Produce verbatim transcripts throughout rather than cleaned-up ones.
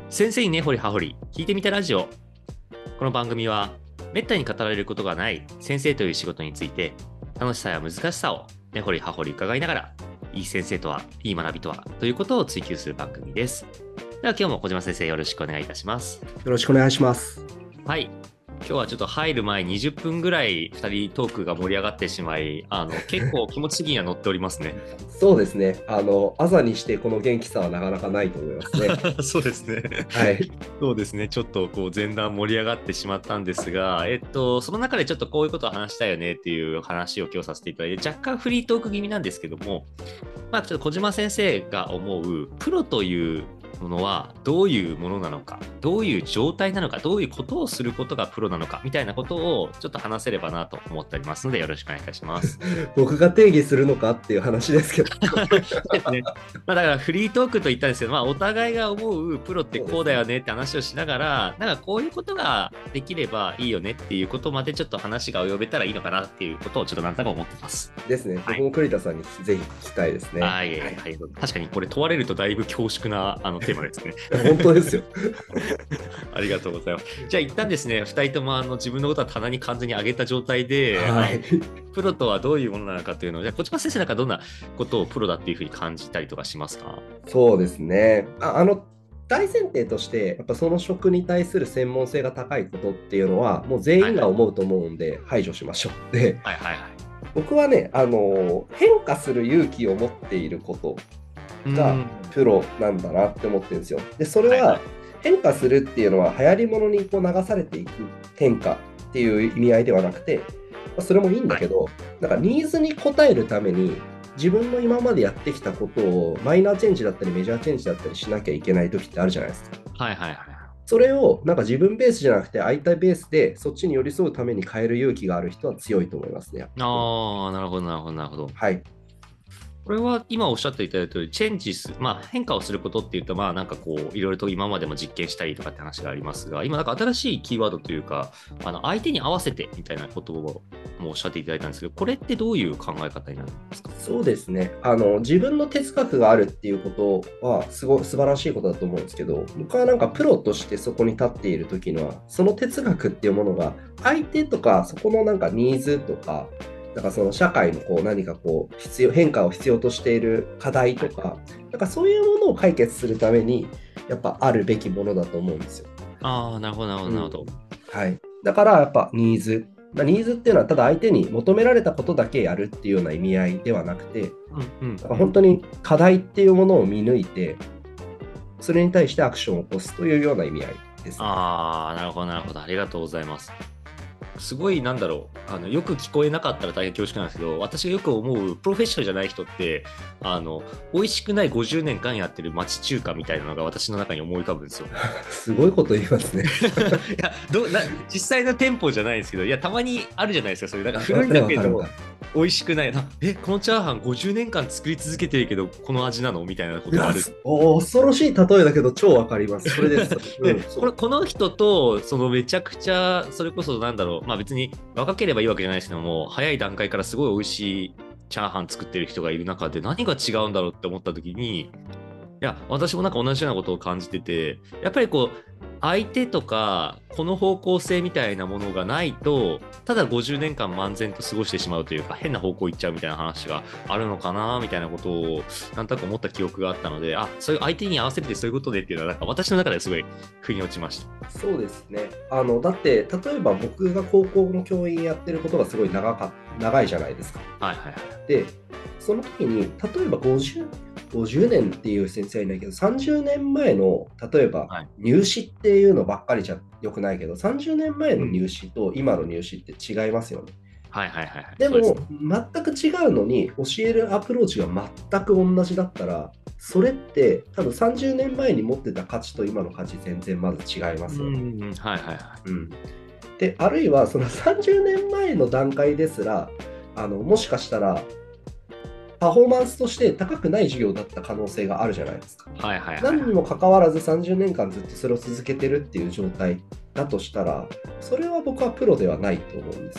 先生に根掘り葉掘り聞いてみたラジオ。この番組はめったに語られることがない先生という仕事について、楽しさや難しさを根掘り葉掘り伺いながら、いい先生とはいい学びとはということを追求する番組です。では今日も小島先生、よろしくお願いいたします。 よろしくお願いします。 はい、今日はちょっと入る前にじゅっぷんぐらいふたりトークが盛り上がってしまい、あの結構気持ち的には乗っておりますね。 そうですね。あの朝にしてこの元気さはなかなかないと思いますね。 そうですね。 はい。 そうですね。ちょっとこう前段盛り上がってしまったんですが、えっとその中でちょっとこういうことを話したいよねっていう話を今日させていただいて、若干フリートーク気味なんですけども、まあちょっと小島先生が思うプロというものはどういうものなのか、どういう状態なのか、どういうことをすることがプロなのかみたいなことをちょっと話せればなと思っておりますので、よろしくお願いいたします。 僕が定義するのかっていう話ですけど。 ですね。まあ、だからフリートークと言ったんですけど、まあ、お互いが思うプロってこうだよねって話をしながら、なんかこういうことができればいいよねっていうことまでちょっと話が及べたらいいのかなっていうことをちょっとなんとなく思ってます。 ですね。 はい、 僕も栗田さんにぜひ聞きたいですね。 はい、はい、確かにこれ問われるとだいぶ恐縮なあのテーマですね。 本当ですよ。 ありがとうございます。じゃあ一旦ですね、ふたりともあの自分のことは棚に完全に上げた状態で、 はい、 プロとはどういうものなのかというのを、じゃあ小島先生なんかどんなことをプロだっていうふうに感じたりとかしますか？ そうですね。あ、あの大前提として、やっぱその職に対する専門性が高いことっていうのは、もう全員が思うと思うんで、排除しましょう。で、 はいはいはい。 僕はね、あの変化する勇気を持っていることがプロなんだなって思ってるんですよ。で、それは変化するっていうのは流行り物にこう流されていく変化っていう意味合いではなくて、それもいいんだけど、なんかニーズに応えるために自分の今までやってきたことをマイナーチェンジだったりメジャーチェンジだったりしなきゃいけない時ってあるじゃないですか。 はいはいはい。 それをなんか自分ベースじゃなくて相対ベースでそっちに寄り添うために変える勇気がある人は強いと思いますね。 ああ、なるほどなるほどなるほど。 はい。 これは今おっしゃっていただいたようにチェンジす、まあ、変化をすることっていうと、まあなんかこういろいろと今までも実験したりとかって話がありますが、今なんか新しいキーワードというか、あの相手に合わせてみたいなことをもおっしゃっていただいたんですけど、これってどういう考え方になるんですか？ そうですね。あの自分の哲学があるっていうことはすごい素晴らしいことだと思うんですけど、僕はなんかプロとしてそこに立っている時には、その哲学っていうものが相手とかそこのなんかニーズとか、なんかその社会のこう何かこう必要変化を必要としている課題とか、なんかそういうものを解決するためにやっぱあるべきものだと思うんですよ。 ああ、なるほどなるほどなるほど、うん。 はい。だからやっぱニーズ。ニーズっていうのはただ相手に求められたことだけやるっていうような意味合いではなくて、うんうん、だから本当に課題っていうものを見抜いて、それに対してアクションを起こすというような意味合いです、ね。 ああ、なるほどなるほど。ありがとうございます。すごいなんだろう、あのよく聞こえなかったら大変恐縮なんですけど、私がよく思うプロフェッショナルじゃない人ってあの美味しくないごじゅうねんかんやってる町中華みたいなのが私の中に思い浮かぶんですよ。 すごいこと言いますね。 いやどな実際の店舗じゃないんですけど、いやたまにあるじゃないですか、そういうなんか古いんだけど美味しくないな、えこのチャーハンごじゅうねんかん作り続けてるけどこの味なのみたいなことがある。 お恐ろしい例えだけど超わかります。それです。 で、うん、これこの人とそのめちゃくちゃそれこそなんだろう、まあ別に若ければいいわけじゃないですけども、早い段階からすごい美味しいチャーハン作ってる人がいる中で何が違うんだろうって思った時に、いや私もなんか同じようなことを感じてて、やっぱりこう相手とかこの方向性みたいなものがないと、ただごじゅうねんかん漫然と過ごしてしまうというか変な方向行っちゃうみたいな話があるのかなみたいなことをなんとなく思った記憶があったので、あ、そういう相手に合わせてそういうことでっていうのはなんか私の中ですごい腑に落ちました。 そうですね。あのだって例えば僕が高校の教員やってることがすごい長か長いじゃないですか。 はいはいはい。 でその時に例えばごじゅう ごじゅうねんっていう先生はいないけど、さんじゅうねんまえの例えば入試っていうのばっかりじゃよくないけど、さんじゅうねんまえの入試と今の入試って違いますよね。 はいはいはい。 でも全く違うのに教えるアプローチが全く同じだったら、それって多分さんじゅうねんまえに持ってた価値と今の価値全然まず違いますよね。 うん、はいはいはい。 うん、であるいはそのさんじゅうねんまえの段階ですら、あのもしかしたらパフォーマンスとして高くない授業だった可能性があるじゃないですか。 はいはいはい、 何にもかかわらずさんじゅうねんかんずっとそれを続けてるっていう状態だとしたら、それは僕はプロではないと思うんですよ。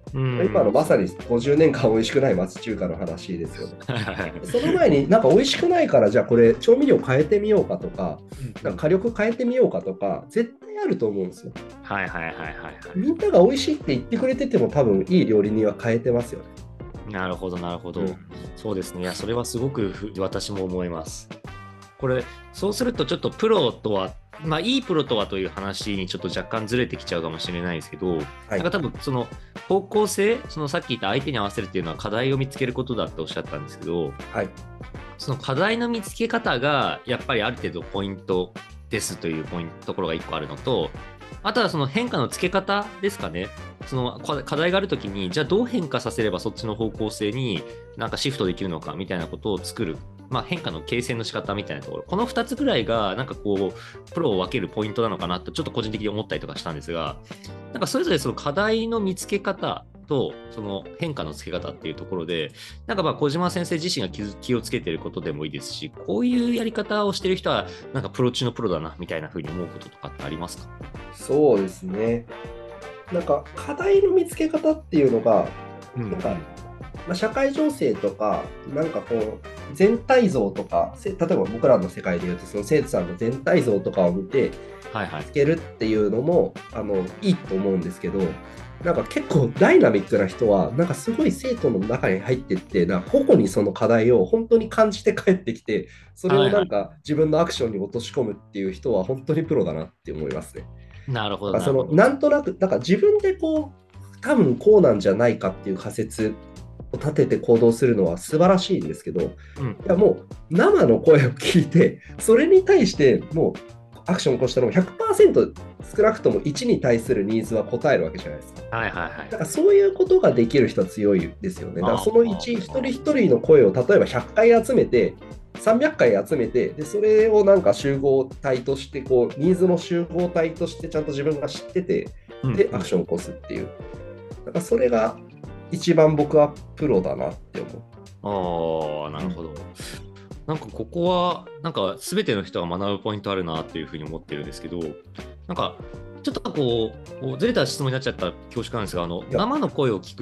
うん、 今のまさにごじゅうねんかん美味しくない町中華の話ですよね。その前になんか美味しくないからじゃあこれ調味料変えてみようかとか、なんか火力変えてみようかとか絶対あると思うんですよ。 はいはいはいはいはい。 みんなが美味しいって言ってくれてても多分いい料理人は変えてますよね。 なるほどなるほど、 うん、 そうですね。いやそれはすごく私も思います。これそうするとちょっとプロとはまあいいプロとはという話にちょっと若干ずれてきちゃうかもしれないですけど、はい、なんか多分その方向性、そのさっき言った相手に合わせるっていうのは課題を見つけることだっておっしゃったんですけど、 はい、 その課題の見つけ方がやっぱりある程度ポイントですというポイントところがいっこあるのと、あとはその変化のつけ方ですかね。その課題があるときに、じゃあどう変化させればそっちの方向性になんかシフトできるのかみたいなことを作る。まあ、変化の形成の仕方みたいなところ、このふたつぐらいがなんかこうプロを分けるポイントなのかなとちょっと個人的に思ったりとかしたんですが、なんかそれぞれその課題の見つけ方とその変化のつけ方っていうところで、なんかまあ小島先生自身が 気, 気をつけていることでもいいですし、こういうやり方をしている人はなんかプロ中のプロだなみたいな風に思うこととかってありますか？ そうですね。なんか課題の見つけ方っていうのが、うん、なんかまあ、社会情勢とか、なんかこう、全体像とか、例えば僕らの世界でいうと、その生徒さんの全体像とかを見て、つけるっていうのも、はいはい、あのいいと思うんですけど、なんか結構ダイナミックな人は、なんかすごい生徒の中に入っていって、なんか個々にその課題を本当に感じて帰ってきて、それをなんか自分のアクションに落とし込むっていう人は本当にプロだなって思いますね。 なるほど。 そのなんとなく、なんか自分でこう、多分こうなんじゃないかっていう仮説を立てて行動するのは素晴らしいんですけど、うん、いやもう生の声を聞いて、それに対してもうアクションを起こしたのも ひゃくパーセント 少なくともいちに対するニーズは答えるわけじゃないですか。 はいはいはい。 だからそういうことができる人は強いですよね。だからそのいち、一人一人の声を例えばひゃっかい集めて、さんびゃっかい集めて、でそれをなんか集合体としてこう、ニーズの集合体としてちゃんと自分が知ってて、で、アクションを起こすっていう。だからそれが一番僕はプロだなって思う。ああ、なるほど。なんかここは、なんか全ての人が学ぶポイントあるなっていうふうに思ってるんですけど、なんかちょっとこう、こうずれた質問になっちゃった恐縮なんですが、あの生の声を聞くって、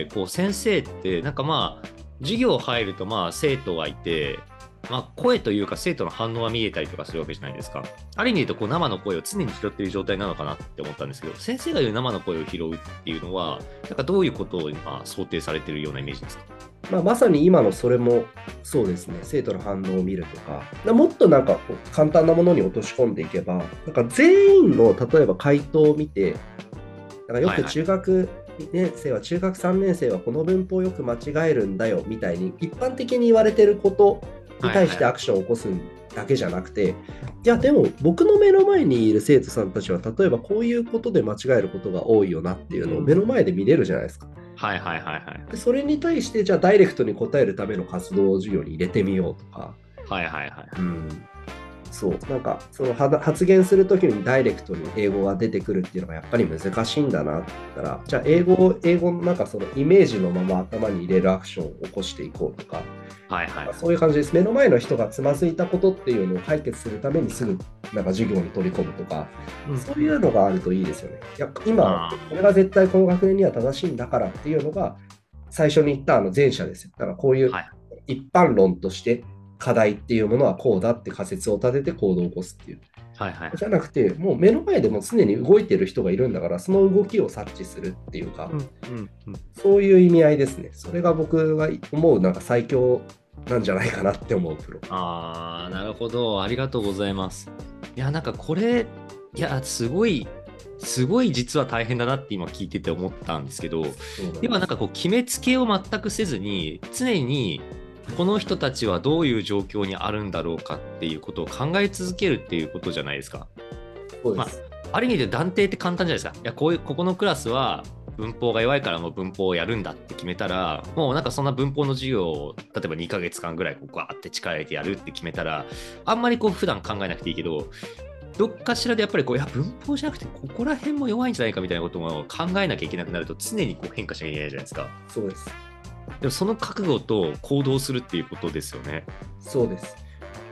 こう先生って、なんかまあ、授業入るとまあ生徒がいて、まあ、声というか生徒の反応が見えたりとかするわけじゃないですか。ある意味で言うとこう生の声を常に拾っている状態なのかなって思ったんですけど、先生が言う生の声を拾うっていうのは、なんかどういうことを今想定されているようなイメージですか？ まあ、まさに今のそれもそうですね、生徒の反応を見るとか、もっとなんか簡単なものに落とし込んでいけば、なんか全員の例えば回答を見て、なんかよく中学ねん生は、中学さんねん生はこの文法をよく間違えるんだよみたいに、一般的に言われてることに対してアクションを起こすだけじゃなくて、はいはい、いやでも僕の目の前にいる生徒さんたちは例えばこういうことで間違えることが多いよなっていうのを目の前で見れるじゃないですか。 はいはいはいはい。 でそれに対してじゃあダイレクトに答えるための活動を授業に入れてみようとか。 はいはいはい。 うん、そうなんかその発言するときにダイレクトに英語が出てくるっていうのがやっぱり難しいんだなって言ったら、じゃあ英語を英語のなんかそのイメージのまま頭に入れるアクションを起こしていこうとか。はいはい、そういう感じです。目の前の人がつまずいたことっていうのを解決するためにすぐなんか授業に取り込むとか、うん、そういうのがあるといいですよね。いや今、これが絶対この学年には正しいんだからっていうのが最初に言ったあの前者ですよ。だからこういう一般論として課題っていうものはこうだって仮説を立てて行動を起こすっていう。はいはい、じゃなくて、もう目の前でも常に動いてる人がいるんだから、その動きを察知するっていうか、うんうんうん、そういう意味合いですね。それが僕が思うなんか最強なんじゃないかなって思うプロ。 ああ、なるほど。ありがとうございます。いや、なんかこれ、いや、すごい、すごい実は大変だなって今聞いてて思ったんですけど、今なんかこう決めつけを全くせずに、常にこの人たちはどういう状況にあるんだろうかっていうことを考え続けるっていうことじゃないですか。 そうです。 まあ、ある意味で断定って簡単じゃないですか。いや、こういう、ここのクラスは文法が弱いからもう文法をやるんだって決めたら、もうなんかそんな文法の授業を例えばにかげつかんぐらいこうガーって力入れてやるって決めたら、あんまりこう普段考えなくていいけど、どっかしらでやっぱりこう、いや文法じゃなくてここら辺も弱いんじゃないかみたいなことを考えなきゃいけなくなると、常にこう変化しなきゃいけないじゃないですか。 そうです。 でもその覚悟と行動するっていうことですよね。 そうです。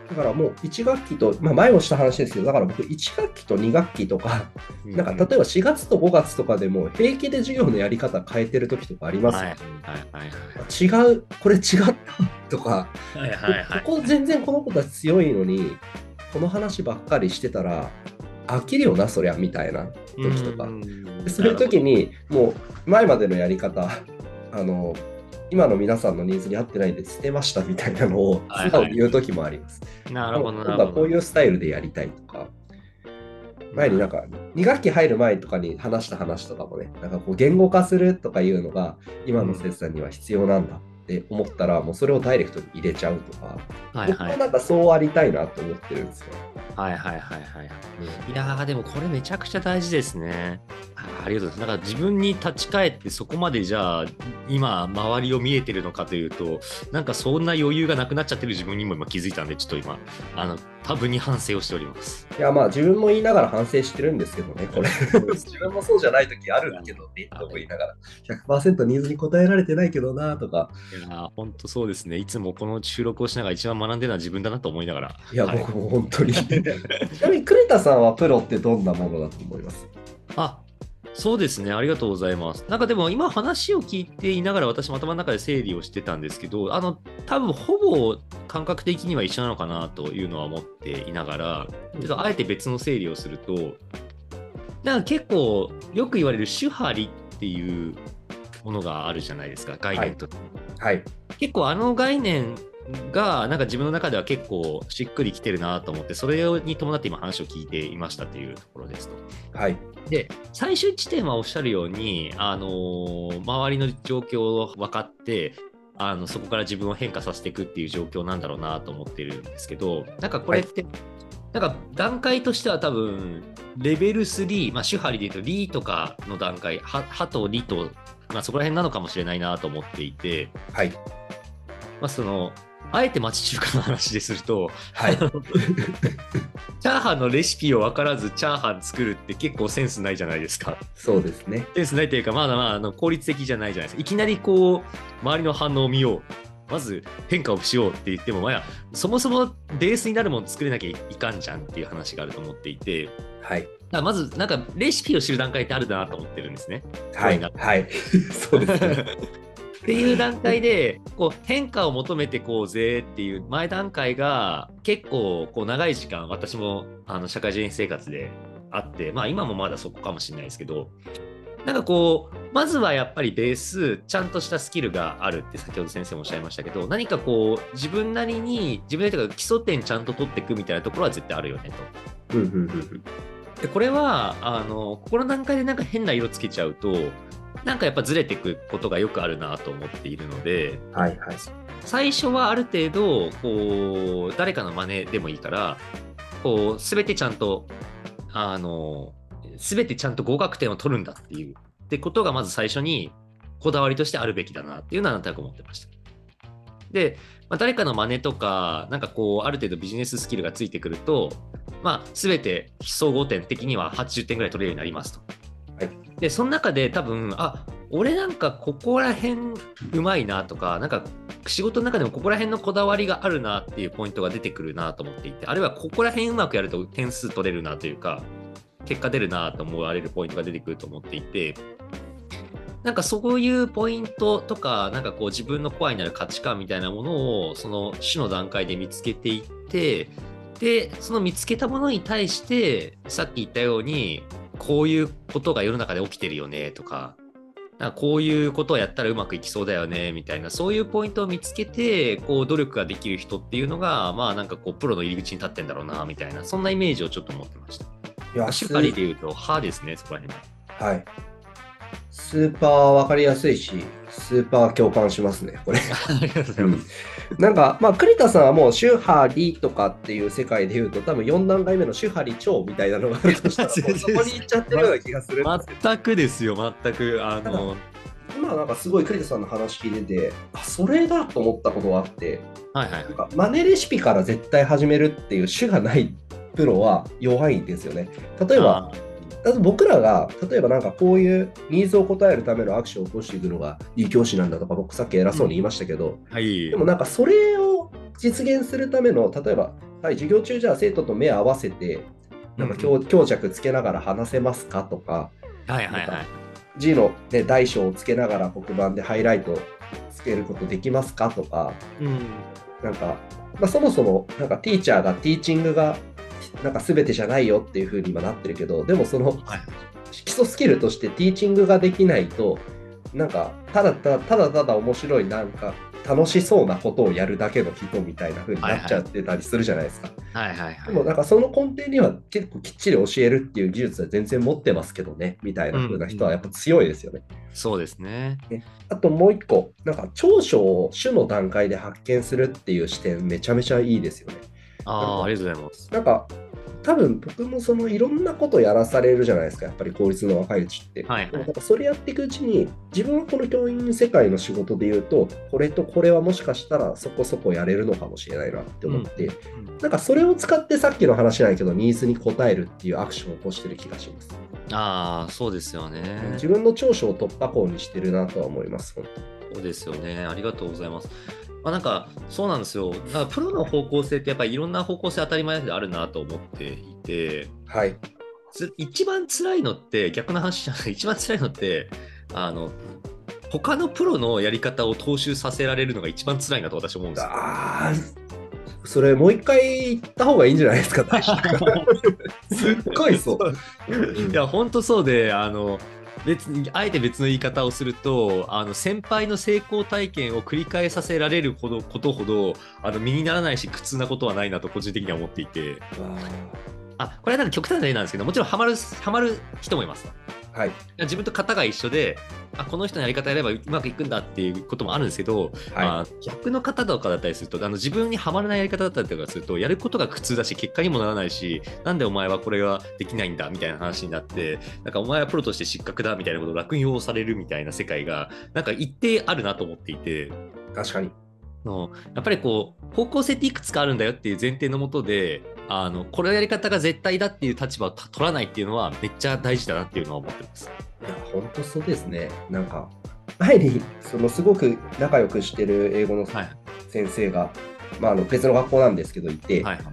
だからもういち学期と、まあ、前もした話ですけど、だから僕いち学期とに学期とか、なんか例えばしがつとごがつとかでも平気で授業のやり方変えてる時とかありますよ、ね。はいはいはい、違う、これ違ったとか、はいはいはい、ここ全然この子たち強いのに、この話ばっかりしてたら飽きるよな、そりゃみたいな時とか。でそういう時に、もう前までのやり方、あの、今の皆さんのニーズに合ってないんで捨てましたみたいなのを素直に言う時もあります。はいはい、なるほどなるほど。今度はこういうスタイルでやりたいとか、前になんかに学期入る前とかに話した話とかもね、なんかこう言語化するとかいうのが今の生徒さんには必要なんだって思ったら、もうそれをダイレクトに入れちゃうとか、はいはい、僕はなんかそうありたいなと思ってるんですよ。はいはいはいはい。 うん、いやーでもこれめちゃくちゃ大事ですね。あ, ありがとうございます。だから自分に立ち返ってそこまでじゃあ今周りを見えてるのかというと、なんかそんな余裕がなくなっちゃってる自分にも今気づいたんで、ちょっと今あの多分に反省をしております。 いやまあ自分も言いながら反省してるんですけどね、これ自分もそうじゃない時あるんだけどねと言いながら ひゃくパーセント ニーズに応えられてないけどなとか。 いや本当そうですね。いつもこの収録をしながら一番学んでるのは自分だなと思いながら。 いや、はい、僕も本当にちなみに栗田さんはプロってどんなものだと思います？ あ、そうですね。ありがとうございます。なんかでも今話を聞いていながら私も頭の中で整理をしてたんですけど、あの多分ほぼ感覚的には一緒なのかなというのは思っていながら、ちょっとあえて別の整理をすると、なんか結構よく言われる手張りっていうものがあるじゃないですか、概念と。 はい。はい、 結構あの概念がなんか自分の中では結構しっくりきてるなと思って、それに伴って今話を聞いていましたというところですと。 はい。 で、最終地点はおっしゃるように、あのー、周りの状況を分かって、あのそこから自分を変化させていくっていう状況なんだろうなと思ってるんですけど、なんかこれって、はい、なんか段階としては多分レベルスリー、まあ、手張りで言うとリとかの段階、はとリと、まあ、そこら辺なのかもしれないなと思っていて、 はい。 まあ、そのあえて町中華の話ですると、 はい、チャーハンのレシピを分からずチャーハン作るって結構センスないじゃないですか。 そうですね。 センスないというか、まだまああの効率的じゃないじゃないですか。いきなりこう周りの反応を見よう、まず変化をしようって言っても、まあ、そもそもベースになるもの作れなきゃいかんじゃんっていう話があると思っていて、 はい、だからまずなんかレシピを知る段階ってあるなと思ってるんですね。 はいはいそうですね。 っていう段階でこう変化を求めてこうぜっていう前段階が結構こう長い時間私もあの社会人生活であって、まあ今もまだそこかもしれないですけど、なんかこうまずはやっぱりベースちゃんとしたスキルがあるって先ほど先生もおっしゃいましたけど、何かこう自分なりに自分なりというか基礎点ちゃんと取っていくみたいなところは絶対あるよねと。でこれはあのここの段階でなんか変な色つけちゃうとなんかやっぱずれていくことがよくあるなと思っているので、 はいはい、 最初はある程度こう誰かの真似でもいいからこう全てちゃんとあの全てちゃんと合格点を取るんだっていうってことがまず最初にこだわりとしてあるべきだなっていうのはなんとなく思ってました。で、まあ、誰かの真似とかなんかこうある程度ビジネススキルがついてくると、まあ、全て総合点的にははちじゅってんぐらい取れるようになりますと。はい、でその中で多分あ俺なんかここら辺うまいなとかなんか仕事の中でもここら辺のこだわりがあるなっていうポイントが出てくるなと思っていて、あるいはここら辺うまくやると点数取れるなというか結果出るなと思われるポイントが出てくると思っていて、なんかそういうポイントとかなんかこう自分のコアになる価値観みたいなものをその種の段階で見つけていって、でその見つけたものに対してさっき言ったようにこういうことが世の中で起きてるよねとか、なんかこういうことをやったらうまくいきそうだよねみたいな、そういうポイントを見つけてこう努力ができる人っていうのがまあなんかこうプロの入り口に立ってんだろうなみたいな、そんなイメージをちょっと持ってました。いや、シュカリでいうと歯ですね、そこら辺は。はい。スーパー分かりやすいし、スーパー共感しますね、これ。 ありがとうございます。 うん、なんか、まあ、栗田さんはもう、手張りとかっていう世界でいうと、多分よん段階目の手張り超みたいなのがあるとしたら、そこに行っちゃってるような気がする。 全くですよ、全く。あの今なんかすごい栗田さんの話聞いてて、あ、それだと思ったことがあって、はいはい、なんかマネレシピから絶対始めるっていう種がないプロは弱いんですよね。例えば、僕らが例えばなんかこういうニーズを答えるためのアクションを起こしていくのがいい教師なんだとか僕さっき偉そうに言いましたけど、うんはい、でもなんかそれを実現するための例えばはい、授業中じゃあ生徒と目合わせて、なんか強、強弱つけながら話せますかとか、 はいはいはい。 字の、ね、大小をつけながら黒板でハイライトつけることできますかとか、 うん、 なんか、まあ、そもそもなんかティーチャーがティーチングがなんか全てじゃないよっていう風に今なってるけど、でもその、はい、基礎スキルとしてティーチングができないと、なんかただただただただ面白いなんか楽しそうなことをやるだけの人みたいな風になっちゃってたりするじゃないですか。 はいはいはい、 でもなんかその根底には結構きっちり教えるっていう技術は全然持ってますけどねみたいな風な人はやっぱ強いですよね。 うんうん、そうですね。 あともう一個、なんか長所を種の段階で発見するっていう視点めちゃめちゃいいですよね。 ああ、ありがとうございます。 なんか多分僕もそのいろんなことやらされるじゃないですか、やっぱり公立の若いうちって。はいはい、でもなんかそれやっていくうちに、自分はこの教員世界の仕事で言うと、これとこれはもしかしたらそこそこやれるのかもしれないなって思って、うんうん、なんかそれを使ってさっきの話じゃないけど、ニーズに応えるっていうアクションを起こしてる気がします。 ああ、そうですよね。 自分の長所を突破口にしてるなとは思います。 そうですよね。ありがとうございます。まあ、なんかそうなんですよ。だからプロの方向性ってやっぱりいろんな方向性当たり前であるなと思っていて、 はい、 一番辛いのって逆の話じゃない。一番辛いのってあの他のプロのやり方を踏襲させられるのが一番辛いなと私は思うんですよ。 あそれもう一回言った方がいいんじゃないですか。すっごいそう。 いや本当そうで、あの別にあえて別の言い方をすると、あの先輩の成功体験を繰り返させられるほどことほどあの身にならないし苦痛なことはないなと個人的には思っていて、あこれはなんか極端な例なんですけど、もちろんハマるハマる人もいます。はい、自分と型が一緒で、あこの人のやり方やればうまくいくんだっていうこともあるんですけど、はい、まあ、逆の方とかだったりすると、あの自分にはまらないやり方だったりとかすると、やることが苦痛だし結果にもならないし、なんでお前はこれはできないんだみたいな話になって、なんかお前はプロとして失格だみたいなことを落用されるみたいな世界がなんか一定あるなと思っていて、 確かにのやっぱりこう方向性っていくつかあるんだよっていう前提のもとで、あのこれのやり方が絶対だっていう立場を取らないっていうのはめっちゃ大事だなっていうのは思ってます。 いや本当そうですね。なんか前にそのすごく仲良くしてる英語の先生が、はい、まあ、あの別の学校なんですけどいて、はいはい、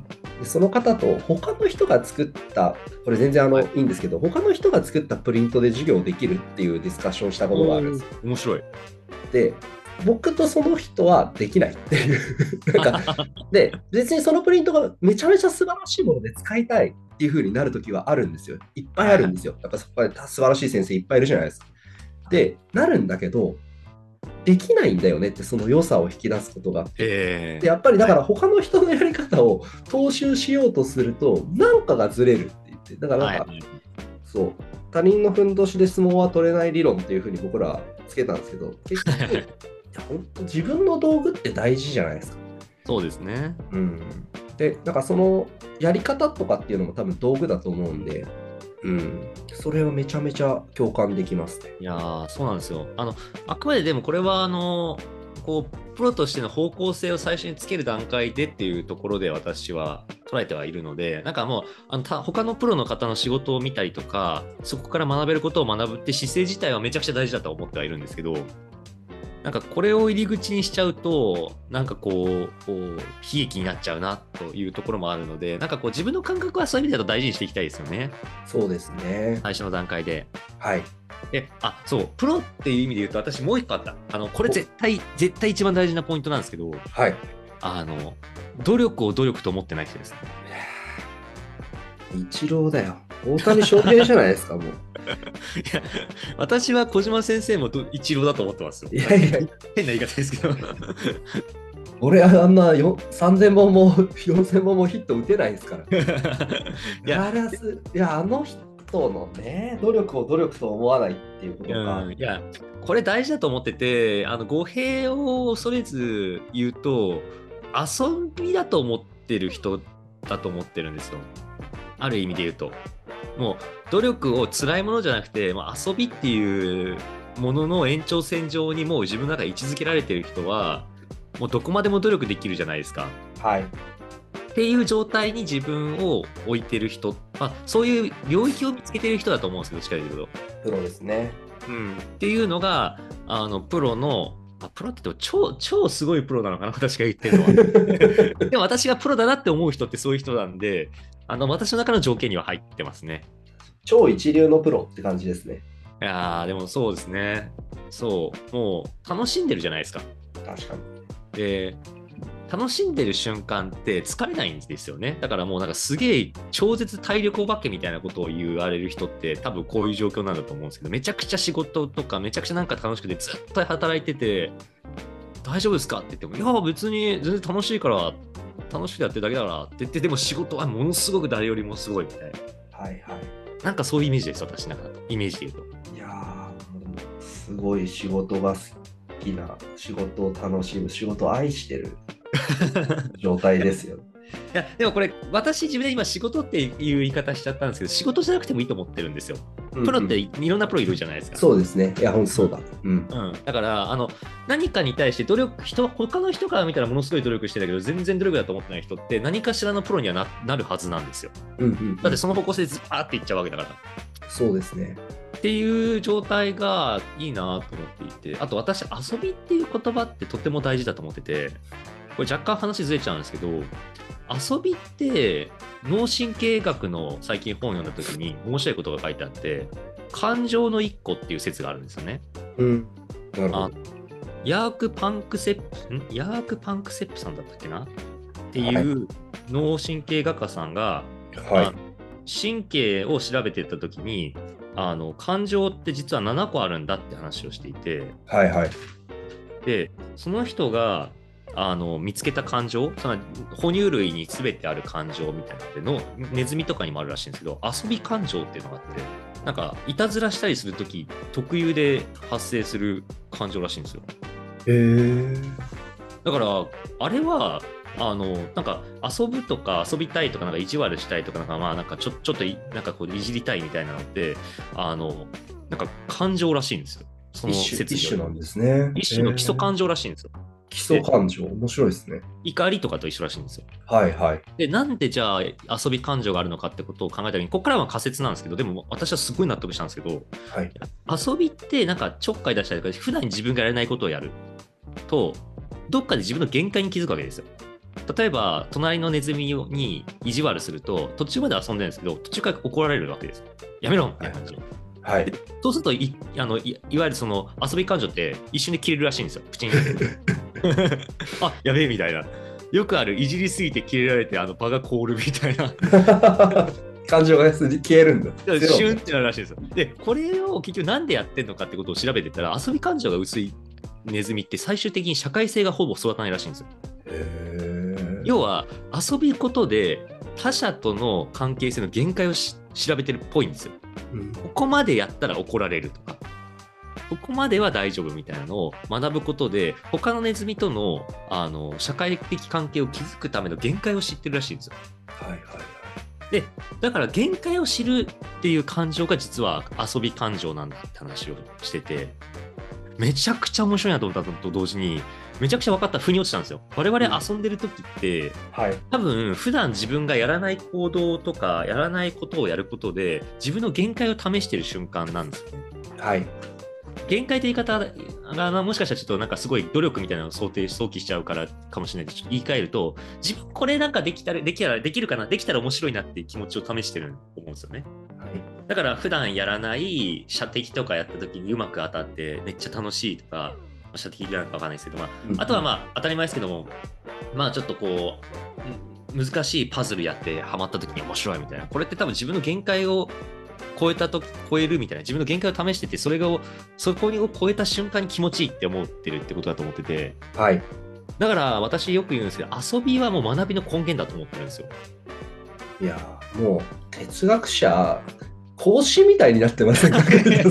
その方と他の人が作ったこれ全然あの、はい、いいんですけど、他の人が作ったプリントで授業できるっていうディスカッションしたことがあるんです。 面白い。 で僕とその人はできないっていうなんかで別にそのプリントがめちゃめちゃ素晴らしいもので使いたいっていう風になるときはあるんですよ。いっぱいあるんですよ。やっぱそこで素晴らしい先生いっぱいいるじゃないですか。でなるんだけどできないんだよねって、その良さを引き出すことが。でやっぱりだから他の人のやり方を踏襲しようとするとなんかがずれるって言って、だからなんか、はい、そう他人のふんどしで相撲は取れない理論っていう風に僕らつけたんですけど、結局いや本当自分の道具って大事じゃないですか。 そうですね。 うん。で、なんかそのやり方とかっていうのも多分道具だと思うんで、うん。それはめちゃめちゃ共感できますね。 いやー、そうなんですよ。あの、あくまででもこれは、あの、こう、プロとしての方向性を最初につける段階でっていうところで私は捉えてはいるので、なんかもう、あのた他のプロの方の仕事を見たりとか、そこから学べることを学ぶって姿勢自体はめちゃくちゃ大事だと思ってはいるんですけど、なんかこれを入り口にしちゃうと、なんかこう、こう悲劇になっちゃうなというところもあるので、なんかこう自分の感覚はそういう意味だと大事にしていきたいですよね。 そうですね。 最初の段階で。 はい。 で、あ、そう、プロっていう意味で言うと、私もう一個あった。あの、これ絶対、絶対一番大事なポイントなんですけど、 はい。 あの、努力を努力と思ってない人ですね。 イチローだよ。大谷翔平じゃないですか、もう。いや、私は小島先生もイチローだと思ってますよ。 いやいや、 変な言い方ですけど。 俺はあんなさんぜんぼんもよんせんぼんもヒット打てないですから。いや、いやあの人のね、努力を努力と思わないっていうことか。 うん、いや、これ大事だと思ってて、あの語弊を恐れず言うと、遊びだと思ってる人だと思ってるんですよ。ある意味で言うと。もう努力を辛いものじゃなくて、まあ、遊びっていうものの延長線上にもう自分の中で位置づけられてる人はもうどこまでも努力できるじゃないですか。 はい。 っていう状態に自分を置いてる人、まあ、そういう領域を見つけてる人だと思うんですけど、どっちかというと。 プロですね。 うん。っていうのがあのプロのあ、プロって言っても超、超すごいプロなのかな、私が言ってるのは。でも私がプロだなって思う人ってそういう人なんで、あの私の中の条件には入ってますね。 超一流のプロって感じですね。 いやー、でもそうですね。そう、もう楽しんでるじゃないですか。 確かに。 で、楽しんでる瞬間って疲れないんですよね。だからもうなんかすげえ超絶体力お化けみたいなことを言われる人って多分こういう状況なんだと思うんですけど、めちゃくちゃ仕事とかめちゃくちゃなんか楽しくてずっと働いてて、大丈夫ですかって言っても、いや別に全然楽しいから楽しくてやってるだけだからって言って、でも仕事はものすごく誰よりもすごいみたいな。 はいはい。 なんかそういうイメージです、私なんかイメージで言うと。 いやー、すごい仕事が好きな、仕事を楽しむ、仕事を愛してる状態ですよ。 いやでもこれ私自分で今仕事っていう言い方しちゃったんですけど、仕事じゃなくてもいいと思ってるんですよ。プロっていろんなプロいるじゃないですか。 そうですね。いや、本当そうだ。 うん。うん、だからあの何かに対して努力人、他の人から見たらものすごい努力してたけど、全然努力だと思ってない人って何かしらのプロには な, なるはずなんですよ。うんうんうん、だってその方向性でずーっていっちゃうわけだから。 そうですね。 っていう状態がいいなと思っていて、あと私遊びっていう言葉ってとても大事だと思ってて、これ若干話ずれちゃうんですけど、遊びって脳神経学の最近本を読んだ時に面白いことが書いてあって、感情の一個っていう説があるんですよね。 うん。なるほど。 ヤーク・パンクセップ、んヤーク・パンクセップさんだったっけなっていう脳神経学科さんが、はい、神経を調べていった時に、あの感情って実はななこあるんだって話をしていて、 はいはい。 で、その人があの見つけた感情、その哺乳類に全てある感情みたいなののネズミとかにもあるらしいんですけど、遊び感情っていうのがあって、なんかいたずらしたりするとき特有で発生する感情らしいんですよ。 へー。 だからあれはあのなんか遊ぶとか遊びたいとかなんか意地悪したいとかなんかまあなんかちょちょっとなんかこういじりたいみたいなのってあのなんか感情らしいんですよ。その一種一種なんですね。 一種の基礎感情らしいんですよ。 基礎感情、面白いですね。 怒りとかと一緒らしいんですよ。 はいはい。 で、なんでじゃあ遊び感情があるのかってことを考えた時に、ここからは仮説なんですけど、でも私はすごい納得したんですけど、はい、遊びってなんかちょっかい出したりとか、普段自分がやらないことをやると、どっかで自分の限界に気づくわけですよ。例えば、隣のネズミに意地悪すると、途中まで遊んでるんですけど、途中から怒られるわけです。やめろみたいな感じ。はい、そうすると い, あの い, いわゆるその遊び感情って一瞬で切れるらしいんですよ。プチンあ、やべえみたいな。よくあるいじりすぎて切れられてあの場が凍るみたいな。 感情が消えるんだ。 シュンってなるらしいですよ。で、これを結局なんでやってんのかってことを調べてたら、遊び感情が薄いネズミって最終的に社会性がほぼ育たないらしいんですよ。へー。要は遊びことで他者との関係性の限界を調べてるっぽいんですよ。うん、ここまでやったら怒られるとか、ここまでは大丈夫みたいなのを学ぶことで、他のネズミと の, あの社会的関係を築くための限界を知ってるらしいんですよ。はいはいはい。で、だから限界を知るっていう感情が実は遊び感情なんだって話をしてて、めちゃくちゃ面白いなと思ったのと同時に、めちゃくちゃ分かった、腑に落ちたんですよ。我々遊んでる時って、うん、はい、多分普段自分がやらない行動とかやらないことをやることで自分の限界を試してる瞬間なんですよ。はい。限界という言い方がもしかしたらちょっとなんかすごい努力みたいなのを想定想起しちゃうからかもしれないけど、ちょっと言い換えると、自分これなんかできたらできたらできるかな、できたら面白いなっていう気持ちを試してると思うんですよね。はい、だから普段やらない射的とかやった時にうまく当たってめっちゃ楽しいとか、射的なのか分かんないですけど、まあ、うんうん、あとはまあ当たり前ですけども、まあちょっとこう難しいパズルやってハマった時に面白いみたいな、これって多分自分の限界を超えたと超えるみたいな、自分の限界を試してて、それがそこを超えた瞬間に気持ちいいって思ってるってことだと思ってて、はい、だから私よく言うんですけど、遊びはもう学びの根源だと思ってるんですよ。 いやもう哲学者講師みたいになってませんか？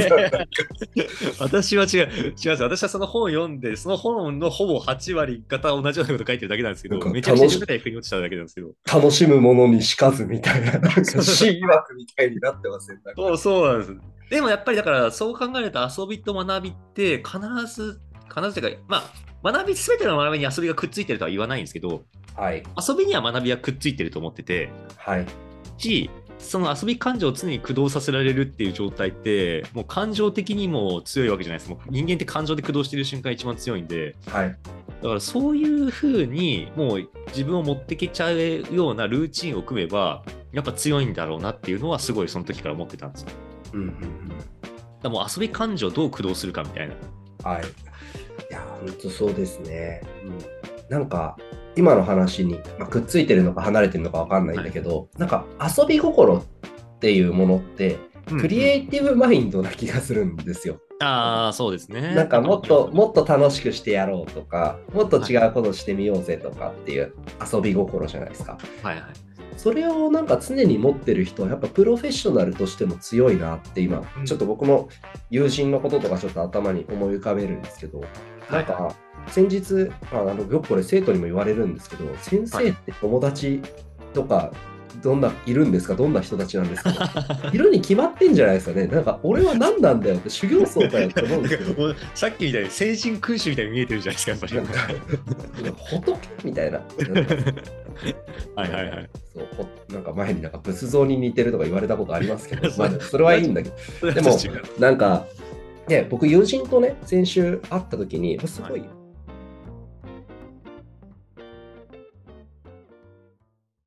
私は違う、違うんです。私はその本を読んで、その本のほぼはち割方同じようなこと書いてるだけなんですけど、めちゃくちゃ自分で腑に落ちただけなんですけど。 楽しむものにしかずみたいな、なんか詩曰くみたいになってませんか？ そう、そうなんです。でもやっぱりだから、そう考えると遊びと学びって必ず、必ずというか、まあ、学び、すべての学びに遊びがくっついてるとは言わないんですけど、はい、遊びには学びはくっついてると思ってて、はい、し、 その遊び感情を常に駆動させられるっていう状態って、もう感情的にも強いわけじゃないです。もう人間って感情で駆動してる瞬間一番強いんで、 はい、 だからそういう風にもう自分を持ってけちゃうようなルーチンを組めば、やっぱ強いんだろうなっていうのはすごいその時から思ってたんですよ。うんうんうん、だからもう遊び感情をどう駆動するかみたいな。 はい。いや、本当そうですね。うん、なんか今の話に、まあ、くっついてるのか離れてるのか分かんないんだけど、はい、なんか遊び心っていうものってクリエイティブマインドな気がするんですよ。 うんうん、ああ、そうですね。 なんかもっともっと楽しくしてやろうとか、もっと違うことしてみようぜとかっていう遊び心じゃないですか。 はいはい。それをなんか常に持ってる人はやっぱプロフェッショナルとしても強いなって今、うん、ちょっと僕も友人のこととかちょっと頭に思い浮かべるんですけど、なんか、はい先日、あのよくこれ生徒にも言われるんですけど、先生って友達とかどんないるんですか、どんな人たちなんですかいるに決まってんじゃないですかね。なんか俺は何なんだよって修行僧かよって思うんですけどさっきみたいに聖人君主みたいに見えてるじゃないですか、やっぱり。なんか仏みたいな。 はいはいはい。 そうなんか前になんか仏像に似てるとか言われたことありますけど、まあ、それはいいんだけど、でもなんか、ね、僕友人とね先週会った時にすごい、はい